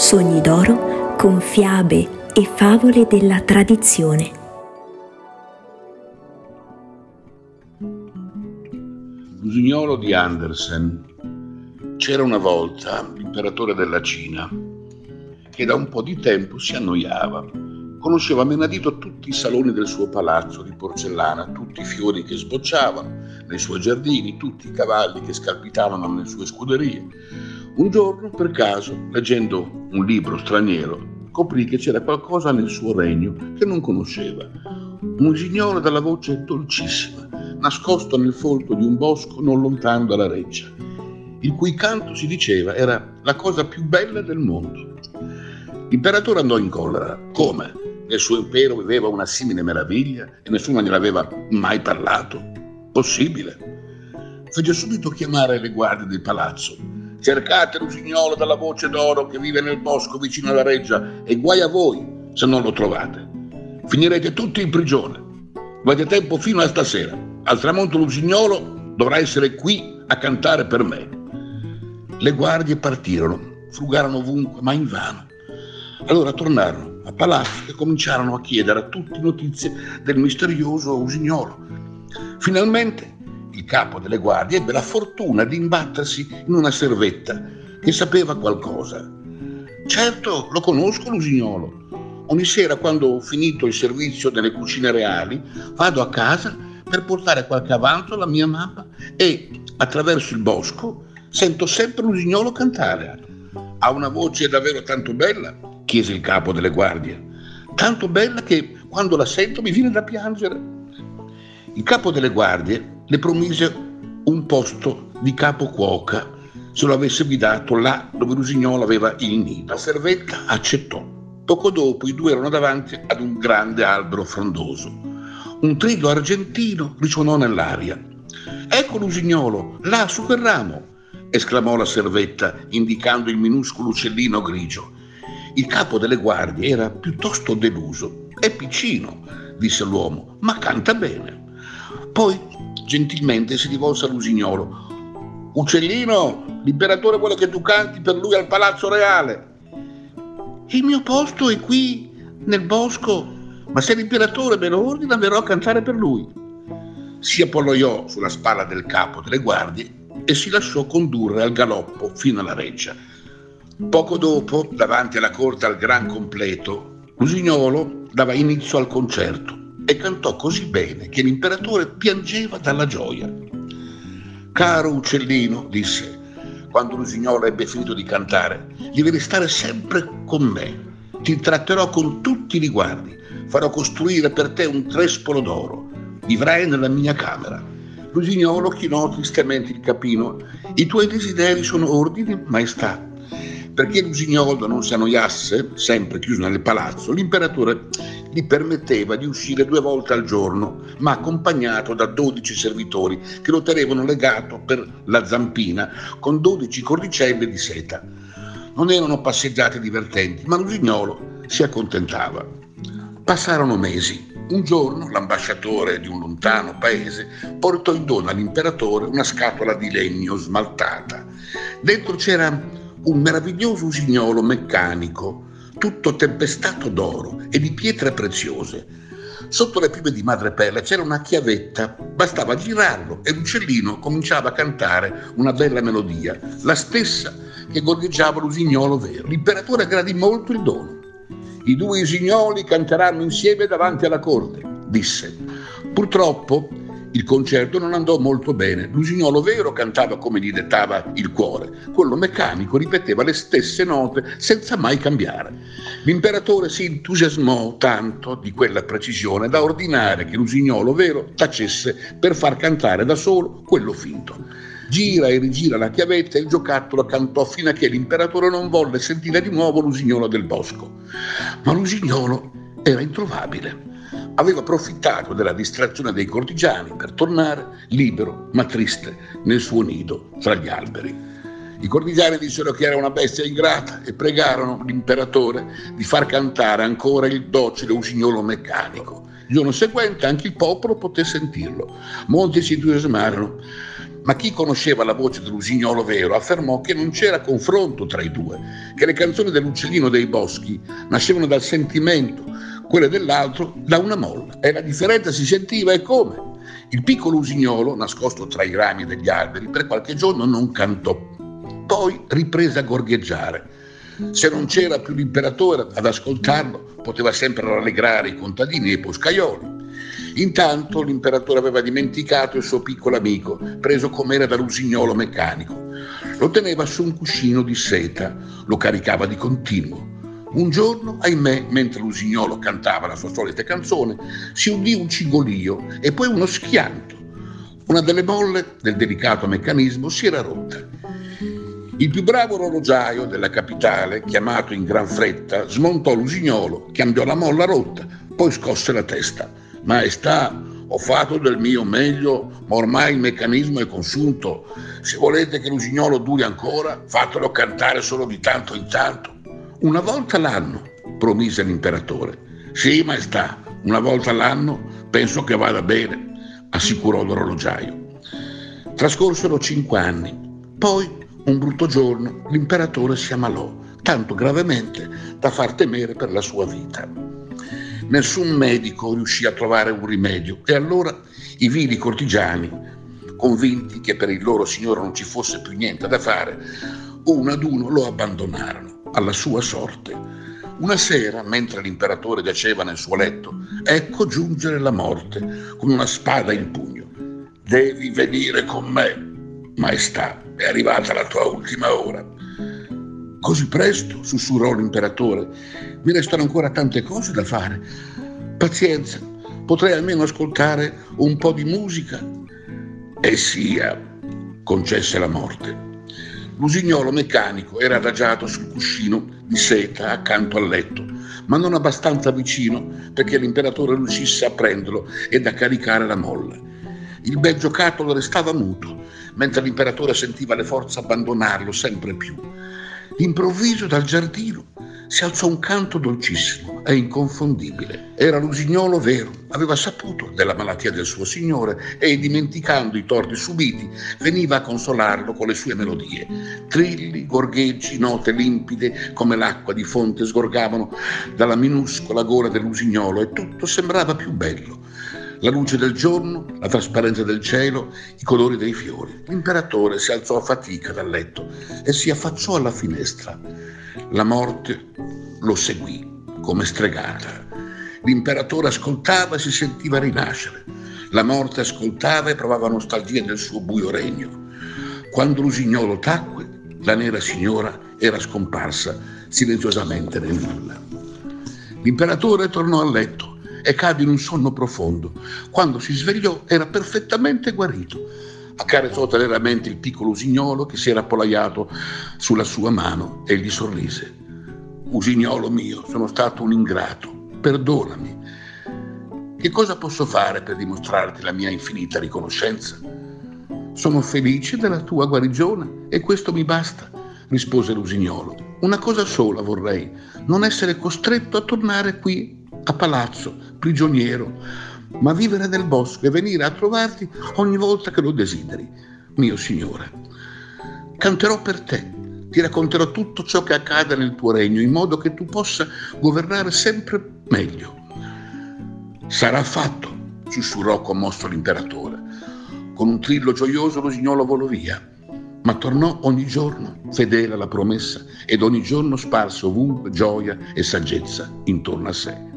Sogni d'oro con fiabe e favole della tradizione. L'usignolo di Andersen. C'era una volta l'imperatore della Cina che da un po' di tempo si annoiava. Conosceva a menadito tutti i saloni del suo palazzo di porcellana, tutti i fiori che sbocciavano nei suoi giardini, tutti i cavalli che scalpitavano nelle sue scuderie. Un giorno, per caso, leggendo un libro straniero, scoprì che c'era qualcosa nel suo regno che non conosceva. Un usignolo dalla voce dolcissima, nascosto nel folto di un bosco non lontano dalla Reggia, il cui canto, si diceva, era la cosa più bella del mondo. L'imperatore andò in collera. Come? Nel suo impero viveva una simile meraviglia e nessuno gliene aveva mai parlato? Possibile? Fece subito chiamare le guardie del palazzo. Cercate l'usignolo dalla voce d'oro che vive nel bosco vicino alla Reggia e guai a voi se non lo trovate. Finirete tutti in prigione. Avete tempo fino a stasera. Al tramonto l'usignolo dovrà essere qui a cantare per me. Le guardie partirono, frugarono ovunque, ma invano. Allora tornarono a palazzo e cominciarono a chiedere a tutti notizie del misterioso usignolo. Finalmente il capo delle guardie ebbe la fortuna di imbattersi in una servetta che sapeva qualcosa. Certo, lo conosco l'usignolo. Ogni sera, quando ho finito il servizio delle cucine reali, vado a casa per portare qualche avanzo alla mia mamma e, attraverso il bosco, sento sempre l'usignolo cantare. Ha una voce davvero tanto bella? Chiese il capo delle guardie. Tanto bella che quando la sento mi viene da piangere. Il capo delle guardie le promise un posto di capo cuoca se lo avesse guidato là dove l'usignolo aveva il nido. La servetta accettò. Poco dopo i due erano davanti ad un grande albero frondoso. Un trillo argentino risuonò nell'aria. Ecco l'usignolo, là su quel ramo, esclamò la servetta, indicando il minuscolo uccellino grigio. Il capo delle guardie era piuttosto deluso. È piccino, disse l'uomo, ma canta bene. Poi gentilmente si rivolse all'usignolo. Uccellino, l'imperatore vuole che tu canti per lui al palazzo reale. Il mio posto è qui, nel bosco, ma se l'imperatore me lo ordina verrò a cantare per lui. Si appollaiò sulla spalla del capo delle guardie e si lasciò condurre al galoppo fino alla Reggia. Poco dopo, davanti alla corte al gran completo, l'usignolo dava inizio al concerto e cantò così bene che l'imperatore piangeva dalla gioia. Caro uccellino, disse, quando l'usignolo ebbe finito di cantare, devi restare sempre con me. Ti tratterò con tutti i riguardi. Farò costruire per te un trespolo d'oro. Vivrai nella mia camera. L'usignolo chinò tristemente il capino. I tuoi desideri sono ordini, maestà. Perché l'usignolo non si annoiasse, sempre chiuso nel palazzo, l'imperatore gli permetteva di uscire 2 volte al giorno, ma accompagnato da 12 servitori che lo tenevano legato per la zampina con 12 cordicelle di seta. Non erano passeggiate divertenti, ma l'usignolo si accontentava. Passarono mesi. Un giorno l'ambasciatore di un lontano paese portò in dono all'imperatore una scatola di legno smaltata. Dentro c'era un meraviglioso usignolo meccanico, tutto tempestato d'oro e di pietre preziose. Sotto le piume di madreperla c'era una chiavetta, bastava girarlo e l'uccellino cominciava a cantare una bella melodia, la stessa che gorgheggiava l'usignolo vero. L'imperatore gradì molto il dono. I 2 usignoli canteranno insieme davanti alla corte, disse. Purtroppo il concerto non andò molto bene. L'usignolo vero cantava come gli dettava il cuore. Quello meccanico ripeteva le stesse note senza mai cambiare. L'imperatore si entusiasmò tanto di quella precisione da ordinare che l'usignolo vero tacesse per far cantare da solo quello finto. Gira e rigira la chiavetta e il giocattolo cantò fino a che l'imperatore non volle sentire di nuovo l'usignolo del bosco. Ma l'usignolo era introvabile. Aveva approfittato della distrazione dei cortigiani per tornare libero ma triste nel suo nido tra gli alberi. I cortigiani dissero che era una bestia ingrata e pregarono l'imperatore di far cantare ancora il docile usignolo meccanico. Il giorno seguente anche il popolo poté sentirlo. Molti si entusiasmarono. Ma chi conosceva la voce dell'usignolo vero affermò che non c'era confronto tra i due, che le canzoni dell'uccellino dei boschi nascevano dal sentimento, quelle dell'altro da una molla, e la differenza si sentiva e come. Il piccolo usignolo, nascosto tra i rami degli alberi, per qualche giorno non cantò, poi riprese a gorgheggiare. Se non c'era più l'imperatore ad ascoltarlo, poteva sempre rallegrare i contadini e i boscaioli. Intanto l'imperatore aveva dimenticato il suo piccolo amico, preso com'era dall'usignolo meccanico. Lo teneva su un cuscino di seta, lo caricava di continuo. Un giorno, ahimè, mentre l'usignolo cantava la sua solita canzone, si udì un cigolio e poi uno schianto. Una delle molle del delicato meccanismo si era rotta. Il più bravo orologiaio della capitale, chiamato in gran fretta, smontò l'usignolo, cambiò la molla rotta, poi scosse la testa. Maestà, ho fatto del mio meglio, ma ormai il meccanismo è consunto. Se volete che l'usignolo duri ancora, fatelo cantare solo di tanto in tanto. Una volta l'anno, promise l'imperatore. Sì, maestà, una volta l'anno penso che vada bene, assicurò l'orologiaio. Trascorsero 5 anni. Poi, un brutto giorno, l'imperatore si ammalò, tanto gravemente da far temere per la sua vita. Nessun medico riuscì a trovare un rimedio e allora i vili cortigiani, convinti che per il loro signore non ci fosse più niente da fare, uno ad uno lo abbandonarono alla sua sorte. Una sera, mentre l'imperatore giaceva nel suo letto, ecco giungere la morte con una spada in pugno. Devi venire con me, maestà, è arrivata la tua ultima ora. Così presto, sussurrò l'imperatore, mi restano ancora tante cose da fare. Pazienza, potrei almeno ascoltare un po' di musica. E sia, concesse la morte. L'usignolo meccanico era adagiato sul cuscino di seta accanto al letto, ma non abbastanza vicino perché l'imperatore riuscisse a prenderlo ed a caricare la molla. Il bel giocattolo restava muto, mentre l'imperatore sentiva le forze abbandonarlo sempre più. Improvviso dal giardino si alzò un canto dolcissimo e inconfondibile. Era l'usignolo vero, aveva saputo della malattia del suo signore e, dimenticando i torti subiti, veniva a consolarlo con le sue melodie. Trilli, gorgheggi, note limpide come l'acqua di fonte sgorgavano dalla minuscola gola dell'usignolo e tutto sembrava più bello. La luce del giorno, la trasparenza del cielo, i colori dei fiori. L'imperatore si alzò a fatica dal letto e si affacciò alla finestra. La morte lo seguì come stregata. L'imperatore ascoltava e si sentiva rinascere. La morte ascoltava e provava nostalgia del suo buio regno. Quando l'usignolo tacque, la nera signora era scomparsa silenziosamente nel nulla. L'imperatore tornò a letto e cadde in un sonno profondo. Quando si svegliò era perfettamente guarito. Accarezzò teneramente il piccolo usignolo che si era appollaiato sulla sua mano e gli sorrise. Usignolo mio, sono stato un ingrato, perdonami. Che cosa posso fare per dimostrarti la mia infinita riconoscenza? Sono felice della tua guarigione e questo mi basta, rispose l'usignolo. Una cosa sola vorrei, non essere costretto a tornare qui a palazzo, prigioniero, ma vivere nel bosco e venire a trovarti ogni volta che lo desideri, mio signore. Canterò per te, ti racconterò tutto ciò che accade nel tuo regno, in modo che tu possa governare sempre meglio. Sarà fatto, sussurrò commosso l'imperatore. Con un trillo gioioso l'usignolo volò via, ma tornò ogni giorno fedele alla promessa ed ogni giorno sparse ovunque gioia e saggezza intorno a sé.